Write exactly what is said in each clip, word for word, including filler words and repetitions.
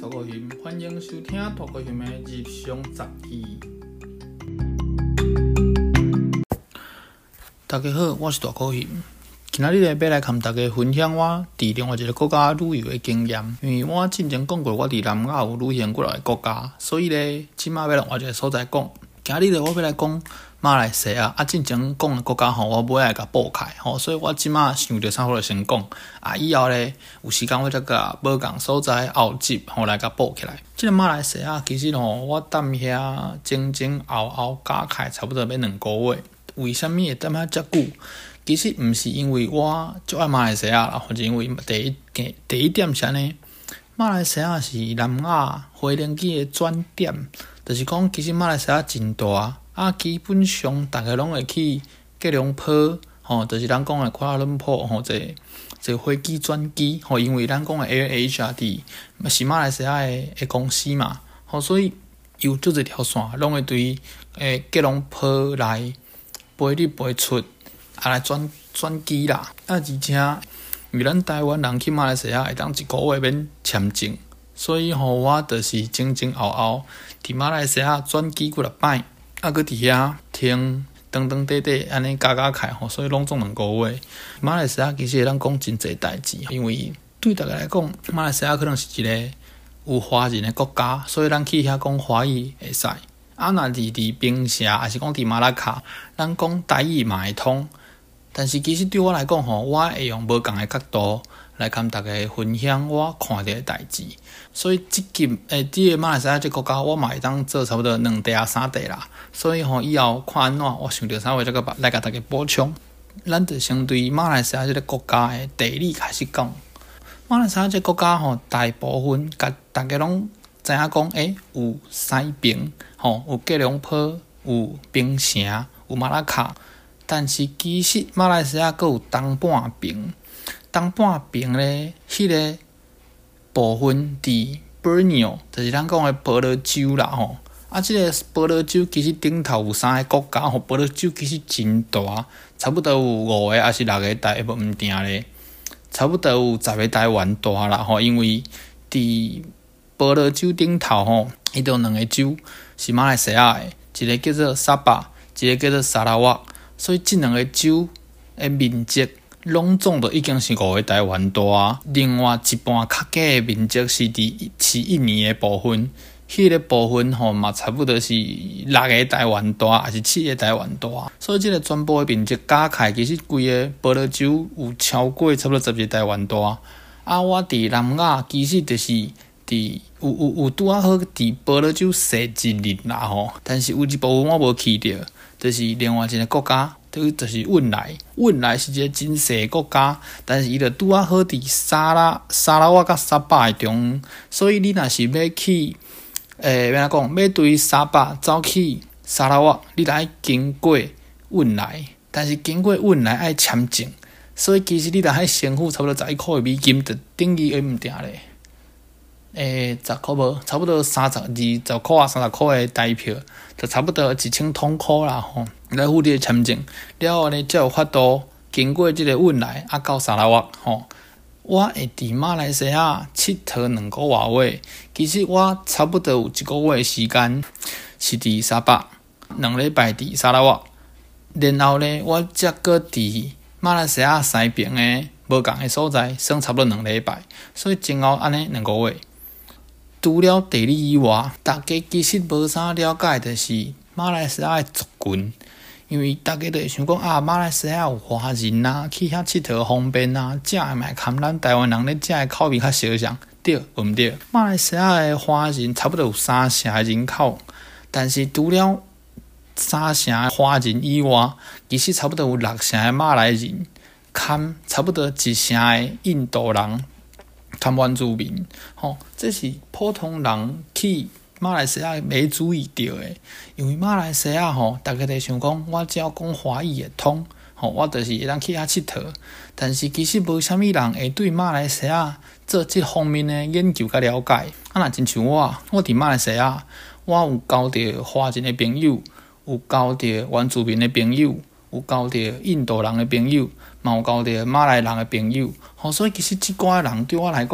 脱口熊，欢迎收听脱口熊的日常杂记。大家好，我是大口熊。今仔日要来跟大家分享我伫另外一个国家旅游的经验。因为我之前讲过，我伫南亚有旅行过来的国家，所以咧，即马要来换一个所在讲。今日咧，我要来讲马来西亚。啊，之前讲的国家吼，我尾来甲补开吼，所以我即马想着啥好就先讲。啊，以后咧有时间我再甲无共所在后集吼来甲补起来。即个马来西亚其实吼，我踮遐前前后后加起来差不多要两个月。为虾米会踮遐遮久？其实毋是因为我足爱马来西亚啦，或者因为第一第第一点是安尼，马来西亚是南亚飞轮机的转点，就是讲其实马来西亚真大，啊，基本上大家拢会去吉隆坡，吼，就是咱讲的库拉伦坡，吼，这这飞机转机，吼，因为咱讲的 Air Asia 伫是马来西亚的的公司嘛，吼，所以有足一条线，拢会对诶吉隆坡来飞入飞出。啊，来转转机啦！啊，而且因为咱台湾人去马来西亚会当一个月免签证，所以吼我就是前前后后伫马来西亚转机几落摆，啊，搁伫遐停长长短短安尼加加起吼，所以拢总两个月。马来西亚其实会当讲真侪代志，因为对大家来讲，马来西亚可能是一个有华人的国家，所以咱去遐讲华语会使。啊，若伫伫槟城，还是讲伫马拉卡，咱讲台语嘛会通。但是其实对我来讲吼，我会用无共的角度来跟大家分享我看到的代志，所以即集诶，即个马来西亚这个国家，我嘛会当做差不多两地啊三地啦。所以吼，以后看安怎，我想着啥话，再个来甲大家补充。咱就先对马来西亚这个国家的地理开始讲。马来西亚这个国家吼，大部分甲大家拢知影讲，诶，有西边，吼，有吉隆坡，有槟城，有马拉卡。但是其实马来西亚阁有东半边，东半边咧，迄个部分伫 Borneo， 就是咱讲的婆罗洲啦吼。啊，即、这个婆罗洲其实顶头有三个国家吼，婆罗洲其实真大，差不多有五个还是六个台，无毋定咧，差不多有十个台湾大啦吼。因为伫婆罗洲顶头吼，伊都有两个州是马来西亚的，一个叫做沙巴，一个叫做沙拉瓦。所以，这两个州的面积拢总就已经是五个台湾大。另外一半较低的面积是伫是印尼的部分，迄、那个部分吼嘛差不多是六个台湾大，还是七个台湾大。所以，这个全部的面积加起来，其实规个婆罗洲有超过差不多十个台湾大。啊，我伫南亚其实就是伫有有有拄啊好伫婆罗洲踅一日啦吼，但是有一部分我无去着。就是另外一个国家，就是汶莱。汶莱是一个真小的国家，但是伊就拄啊好伫沙拉沙拉瓦甲沙巴的中，所以你若是要去，诶、欸，要怎讲？要对沙巴走去沙拉瓦，你就爱经过汶莱，但是经过汶莱爱签证，所以其实你就爱先付差不多十一块的美金，就等于会毋定咧。诶、欸，十块无，差不多三十二十块啊，三十块的台票，就差不多一千通块啦吼。来付你的签证，了后呢，才有法度经过这个汶莱啊到沙拉瓦吼。我会伫马来西亚佚佗两个外月，其实我差不多有一个月的时间是伫沙巴，两礼拜伫沙拉瓦，然后呢，我才搁伫马来西亚西边的无共的所在，算差不多两礼拜，所以前后安尼两个月。除了地理以外，大家其实无啥了解，就是马来西亚的族群，因为大家都会想讲啊，马来西亚有华人啊，去遐佚佗方便啊，食的嘛含咱台湾人咧食的口味较相像，对毋对？马来西亚的华人差不多有三成的人口，但是除了三成的华人以外，其实差不多有六成的马来人，含差不多一成的印度人。台湾住民，吼、哦，这是普通人去马来西亚没注意到的，因为马来西亚吼，大家都想讲，我只要讲华语会通，吼、哦，我就是会当去遐佚佗。但是其实无啥物人会对马来西亚做这方面的研究甲了解。啊，若真像我，我伫马来西亚，我有交到华人的朋友，有交到原住民的朋友，有交到印度人的朋友。嘛有交到马来人的朋友，吼，所以其实即寡人对我来讲，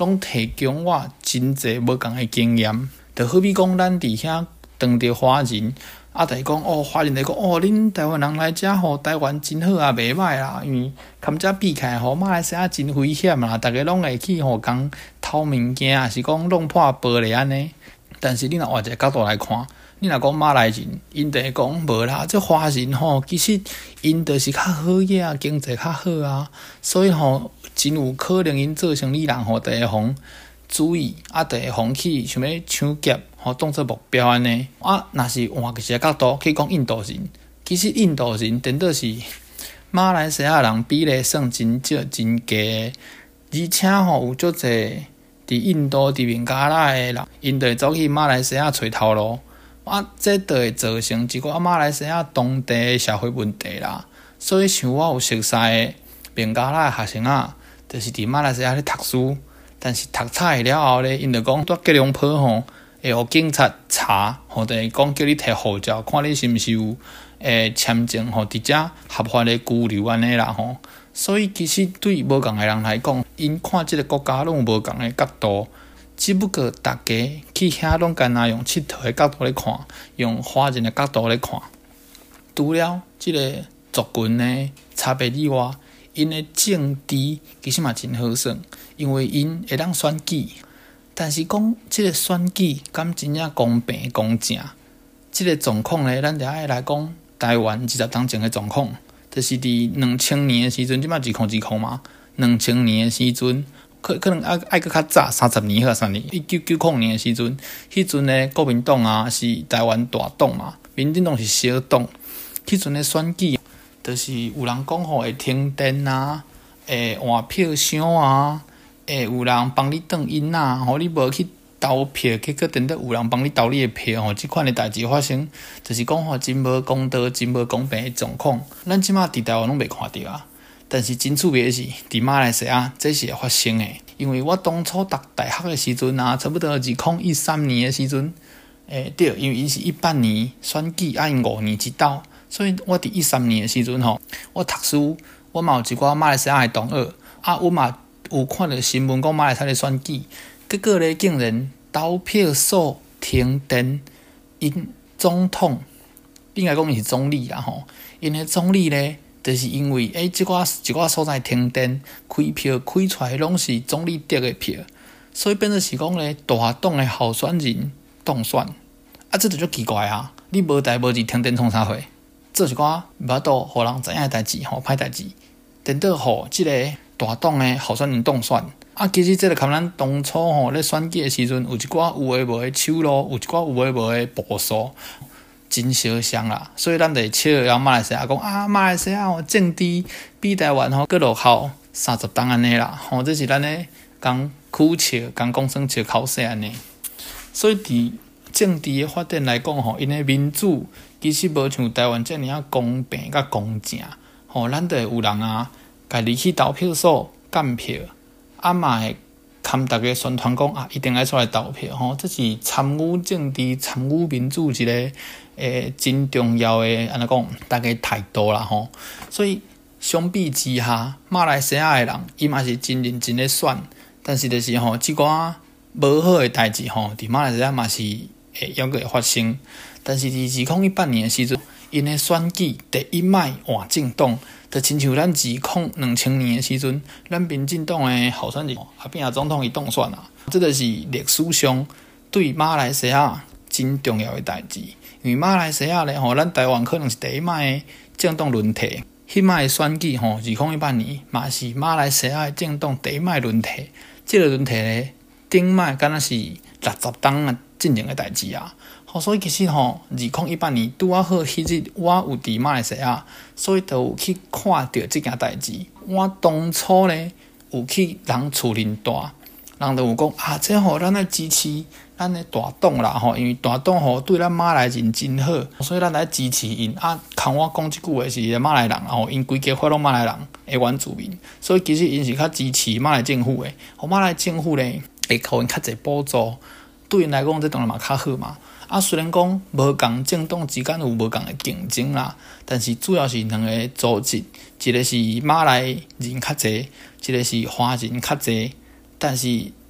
拢提供我真侪无共的经验。就好比讲，咱伫遐当着华人，啊，就是讲哦，华人来讲哦，恁台湾人来遮吼，台湾真好啊，袂歹啦，因为堪遮比起来吼，马来西亚真危险啦，逐个拢会去吼讲偷物件，啊是讲弄破玻璃安尼。但是你若换一个角度来看，你若讲马来人，因就会讲无啦，这华人吼，其实因就是较好个啊，经济较好啊，所以吼真有可能因做生意人吼，就会防注意，啊，就会防去想要抢劫吼，当做目标安尼。啊，若是换一个角度去讲印度人，其实印度人真倒是马来西亚人比例算真少真低，而且吼有足侪伫印度伫孟加拉的人，因就会走去马来西亚找头路。啊，这就会造成一个马来西亚当地的社会问题啦。所以像我有熟悉的孟加拉的学生啊，就是伫马来西亚咧读书，但是读册了后咧，因就讲在吉隆坡吼，会互警察查，吼，就是讲叫你摕护照，看你是毋是有诶签证吼，伫遮合法的居留安尼啦吼。所以其实对无共的人来讲，因看即个国家拢有无共的角度。只不过大家去遐拢干那用佚佗的角度咧看，用华人的角度咧看。除了即个族群的差别以外，因的政治其实嘛真好耍，因为因会当选举。但是讲即个选举敢真正公平公正？即个状况咧，咱就爱来讲台湾二十当前的状况，就是伫两千年的时阵，即摆二空二空嘛，两千年的时阵。可可能爱爱搁较早三十年或三年，一九九零年的时阵，迄阵的国民党啊是台湾大党嘛，民进党是小党。迄阵的选举，就是有人讲吼会停电啊，会换票箱啊，会有人帮你转印啊，吼你无去投票，结果等到有人帮你投你的票吼，即款的代志发生，就是讲吼真无公道、真无公平的状况，咱即马伫台湾拢袂看到啊。但是真趣味的是，伫马来西亚这是会发生的，因为我当初读大学的时阵啊，差不多二零一三年的时阵，诶对，因为伊是一八年选举，啊因五年一斗，所以我伫一三年的时阵吼，我读书，我嘛有一寡马来西亚的同学，啊我嘛有看到新闻讲马来西亚的选举，结果咧竟然投票所停电，因总统应该讲伊是总理啦吼，因的总理咧。就是因为诶，即寡一寡所在停电，开票开出来拢是总理得的票，所以变做是讲咧，大党的候选人当选，啊，这就足奇怪啊！你无代无志停电创啥货？做一寡无法度互人知影的代志吼，歹代志，等到互即个大党的候选人当选，啊，其实这个看咱当初吼咧选举的时阵，有一寡有诶无诶手路，有一寡有诶无诶步数。真相像啦，所以咱就笑人马来西亚讲啊，马来西亚吼政治比台湾吼搁落后三十档安尼啦，吼这是咱咧讲苦笑，讲讲算笑口说安尼。所以伫政治的发展来讲吼，因的民主其实无像台湾遮尔啊公平甲公正，吼咱就有人啊，家己去投票所干票，啊嘛会含大家宣传讲啊，一定要出来投票吼，这是参与政治、参与民主一个。诶，真重要诶，安尼讲，大家态度啦吼。所以相比之下，马来西亚诶人，伊嘛是真认真咧选，但是就是吼，即寡无好诶代志吼，伫马来西亚嘛是会抑个会发生。但是伫二零一八年诶时阵，因诶选举第一摆换政党，就亲像咱二零两千年诶时阵，咱民进党诶候选人阿扁总统伊当选啊，这就是历史上对马来西亚真重要诶代志。因为马来西亚咧吼，咱台湾可能是第一摆诶政党轮替，迄摆诶选举吼，二零一八年嘛是马来西亚诶政党第一摆轮替，即、這個轮替咧顶摆敢若是六十档啊进行诶代志啊，吼，所以其实吼，二零一八年拄啊好迄日我有伫马来西亚，所以就有去看到即件代志。我当初咧有去人厝恁住，人就有讲啊，这吼咱来支持。咱的大党啦吼，因为大党吼对咱马来人真好，所以咱来支持因。啊，看我讲即句话是马来人吼，因规家发拢马来人的原住民，所以其实因是较支持马来政府的。互马来政府咧会给因较侪补助，对因来讲这当然嘛较好嘛。啊，虽然讲无共政党之间有无共的竞争啦，但是主要是两个组织，一个是马来人较侪，一个是华人较侪，但是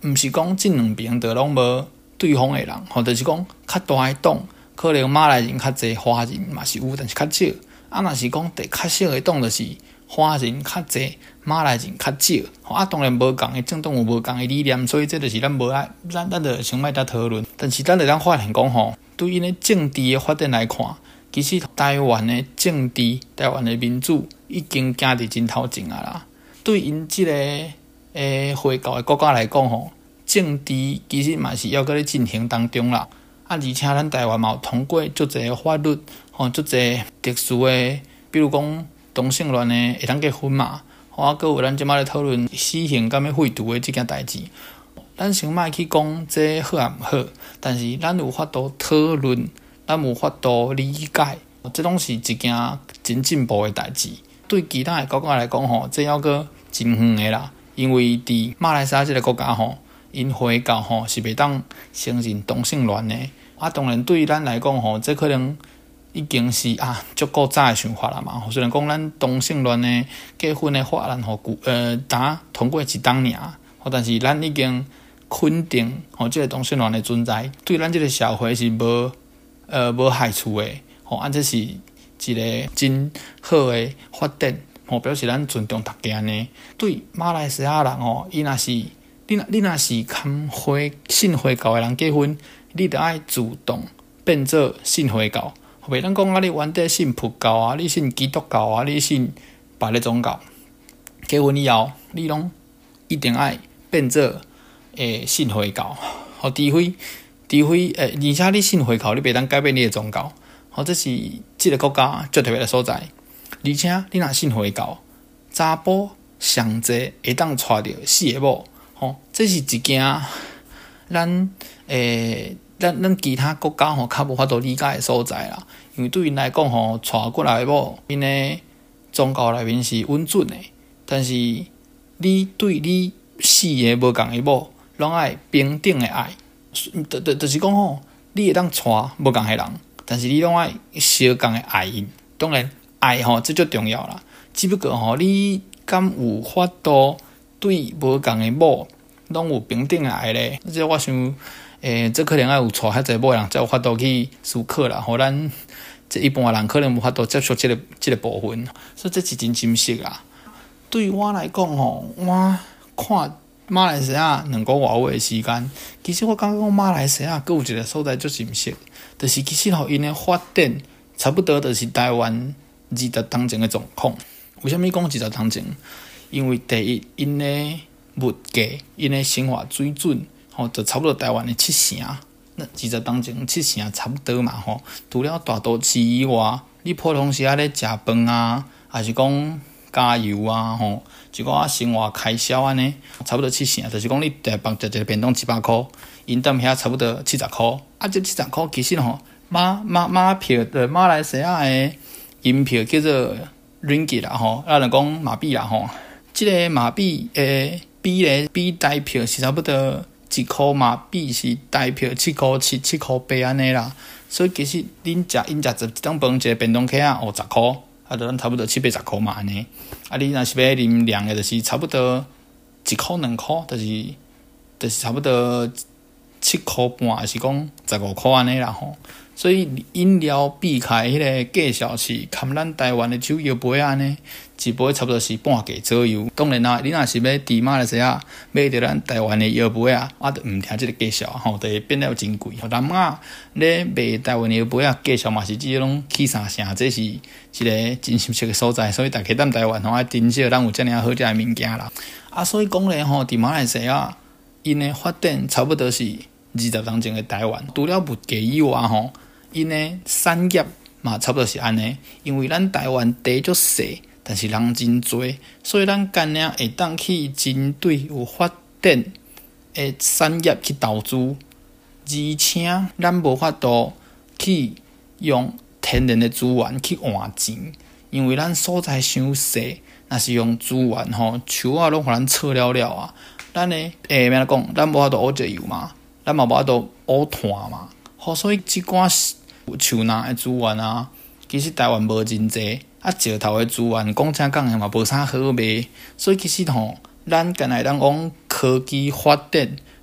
毋是讲即两边都拢无对方诶人，吼，就是讲较大诶党，可能马来人较济，华人嘛是有，但是较少。啊，若是讲第较少诶党，就是华人较济，马来人较少。吼，啊，当然无共诶政党有无共诶理念，所以这就是咱无爱，咱咱着先莫再讨论。但是咱会当发现讲吼，对因诶政治诶发展来看，其实台湾诶政治、台湾诶民主已经行伫真头前啊啦。对因即个诶回教诶国家来讲吼，政治其实嘛是要搁咧进行当中啦。啊，而且咱台湾嘛有通过足侪法律，吼，足侪特殊诶，比如讲同性恋诶会当结婚嘛，吼，啊，搁有咱即摆咧讨论死刑敢要废除诶即件代志。咱先莫去讲这好啊毋好，但是咱有法度讨论，咱有法度理解，这拢是一件真进步诶代志。对其他诶国家来讲吼，这要搁真远诶啦，因为伫马来西亚即个国家吼，因回教吼是袂当承认同性恋诶。啊，当然对咱来讲吼，这可能已经是啊足够早诶想法啦嘛。虽然讲咱同性恋诶结婚诶法案吼，呃，打通过一档尔，吼，但是咱已经肯定吼，即个同性恋诶存在，对咱即个社会是无呃无害处诶。吼，啊，这是一个真好诶发展，吼，表示咱尊重大家呢。对马来西亚人吼，伊若是你若你若是堪回信回教诶人结婚，你着爱主动变做信回教，袂当讲啊！你原底信佛教啊，你信基督教啊，你信别个宗教，结婚以后，你拢一定爱变做诶信回教。吼，除非除非诶，而且你信回教，你袂当改变你诶宗教。吼，这是即个国家最特别诶所在。而且你若信回教，查甫上济会当娶着四个某，吼，这是一件咱诶，咱咱其他国家吼较无法度理解诶所在啦。因为对因来讲吼，娶过来诶某，因诶宗教内面是稳准诶，但是你对你四个无共诶某，拢爱平等诶爱，就就就是讲吼，你会当娶无共诶人，但是你拢爱相共诶爱因。当然，爱吼这最重要啦。只不过吼，你敢有法度对无共诶某？拢有平等诶爱咧，即我想，诶、欸，这可能要有娶遐济某人才有法度去思考啦。互咱这一般人可能无法度接受即、這个即、這个部分，所以这是真珍惜啊。对我来讲吼，我看马来西亚两个外月诶时间，其实我感觉讲马来西亚阁有一个所在足珍惜，就是其实吼因诶发展差不多就是台湾二十当前诶状况。为虾米讲二十当前？因为第一因诶物价，因诶生活水准，吼，就差不多台湾诶七成。那二十当前七成差不多嘛，吼。除了大都市以外，你普通时啊咧食饭啊，还是讲加油啊，吼，一个生活开销安尼，差不多七成。就是讲你台北食一个便当一百箍，因踮遐差不多七十箍。啊，这七十箍其实吼，马马马票的马来西亚诶银票叫做 ringgit 啦，吼，啊，就讲马币啦，吼。即个马币诶。比咧比台票是差不多一箍马币是台票七箍七七箍八安尼啦，所以其实恁食因食一顿饭一个便当客啊，五十箍，啊，就咱差不多七八十箍嘛安尼。啊，你若是要啉凉诶，就是差不多一箍两箍，就是就是差不多七箍半，还是讲十五箍安尼啦吼。所以饮料避开迄个价小是，含咱台湾的酒摇杯安尼，一杯差不多是半价左右。当然啦，你若是要伫马来西亚买着咱台湾的摇杯啊，啊，就毋听即个价小吼，就会变了真贵。南亚咧卖台湾的摇杯啊，价小嘛是即种起三成，这是一个真实实的所在。所以大家踮台湾吼，爱珍惜咱有遮尔好食的物件啦。啊，所以讲咧吼，伫马来西亚因的发展差不多是二十当前的台湾，除了物价以外吼。因诶产业嘛，差不多是安尼，因为咱台湾地足细，但是人真多，所以咱干领会当去针对有发展诶产业去投资，而且咱无法度去用天然诶资源去换钱，因为咱所在伤细，若是用资源吼，树仔拢互咱扯了了啊，咱诶诶免讲，咱无法度乌石油嘛，咱嘛无法度乌炭嘛，好，所以即寡树林诶资源啊，其实台湾无真济，啊石头诶资源讲正讲诶嘛无啥好卖，所以其实吼，咱干来咱讲科技发展，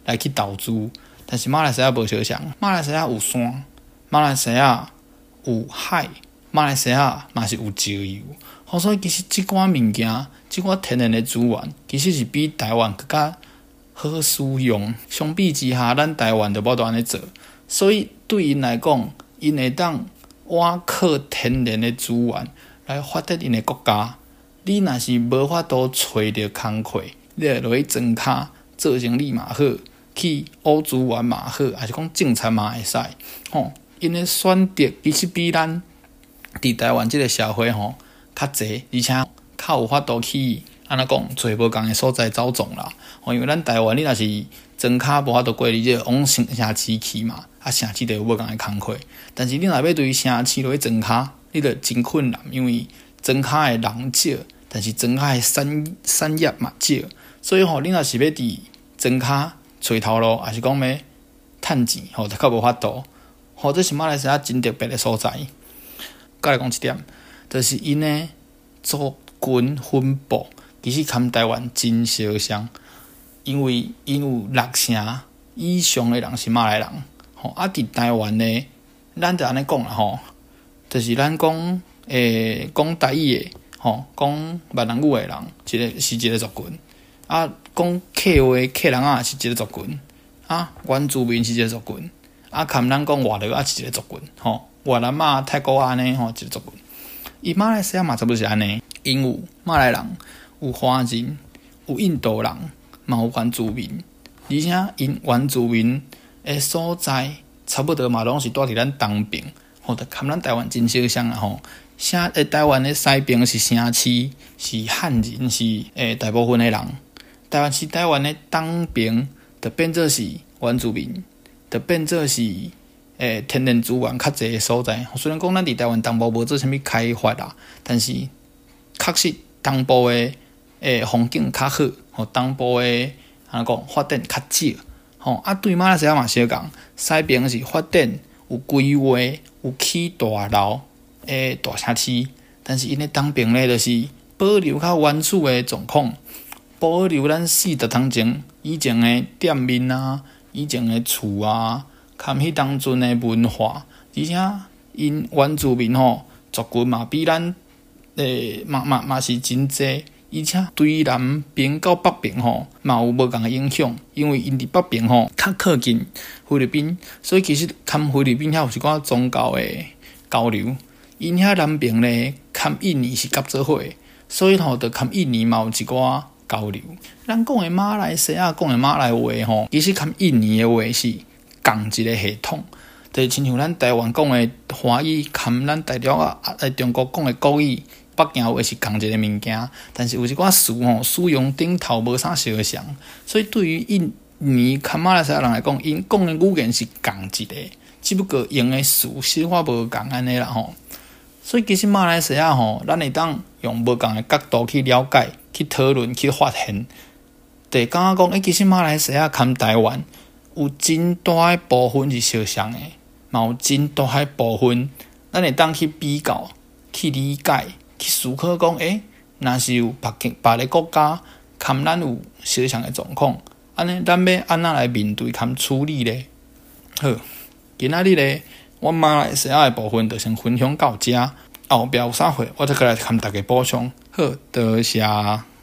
来去投资。但是马来西亚无相像，马来西亚有山，马来西亚有海，马来西亚嘛是有石油。好，所以其实即寡物件，即寡天然的资源，其实是比台湾更加好使用。相比之下，咱台湾就无多安尼做。所以对因来讲，因会当挖靠天然的资源来发展因的国家。你若是无法度找着工课，你会落去庄骹做生意嘛好，去挖资源嘛好，还是讲种菜嘛会使。吼，因的选择其实比咱伫台湾即个社会吼较济，而且较有法度去安怎讲找无共的所在走总啦。吼，因为咱台湾你若是庄骹无法度过，你就往城城市去嘛，啊城市就有无共的工课。但是你若要对城市落去庄骹，你就真困难，因为庄骹的人少。但是庄骹的产产业嘛少，所以吼，你若是要伫庄骹找头路，还是讲要趁钱，吼，就较无法度。吼，这是马来西亚真特别的所在。再来讲一点，就是因的族群分布其实跟台湾真相像，因为因有六成以上的人是马来人，吼，啊，伫台湾呢，咱就安尼讲啦，吼，就是咱讲诶，讲台语的。吼，讲闽南语的人，一个是一个族群；啊，讲客话客人啊是一个族群；啊，原住民是一个族群；啊，含咱讲外劳啊是一个族群。吼，越南啊、泰国啊安尼吼一个族群。伊马来西亚嘛差不多是安尼，因有马来人、有华人、有印度人，嘛有原住民，而且因原住民的所在差不多嘛拢是住伫咱东边，吼，就含咱台湾真相像啊吼。城诶，台湾诶西边是城市，是汉人，是诶大部分诶人。台湾是台湾诶东边，就变做是原住民，就变做是诶天然资源较济诶所在。虽然讲咱伫台湾东部无做啥物开发啦，但是确实东部诶诶风景较好，吼东部诶安怎讲发展较少。吼啊，对马来西亚嘛相共，西边是发展有规划，有起大楼。诶，大城市，但是因诶东边咧，就是保留较原始诶状况，保留咱四十年前以前诶店面啊，以前诶厝啊，含迄当阵诶文化，而且因原住民吼族群嘛比咱诶嘛嘛嘛是真济，而且对南边到北边吼嘛有无共诶影响，因为因伫北边吼较靠近菲律宾，所以其实含菲律宾遐有一寡宗教诶交流。因遐南边咧，含印尼是夹做伙，所以吼，就含印尼嘛有一寡交流。咱讲的马来西亚讲的马来话吼，其实含印尼的话是共一个系统，就是亲像咱台湾讲的华语，含咱大陆啊诶中国讲的国语、北京话是共一个物件，但是有一寡词吼使用顶头无啥相像，所以对于印尼含马来西亚人来讲，因讲的语言是共一个，只不过用的词小可无共安尼啦吼。所以其实马来西亚吼，咱会当用无共的角度去了解、去讨论、去发现，就感觉讲，诶，其实马来西亚含台湾有真大诶部分是相像诶，嘛有真大诶部分，咱会当去比较、去理解、去思考讲，诶，若是有别别个国家含咱有相像诶状况，安尼咱要安怎来面对含处理咧？好，今仔日咧。我马来西亚的部分就先分享到这，后壁有啥货我再过来跟大家补充。好，多谢。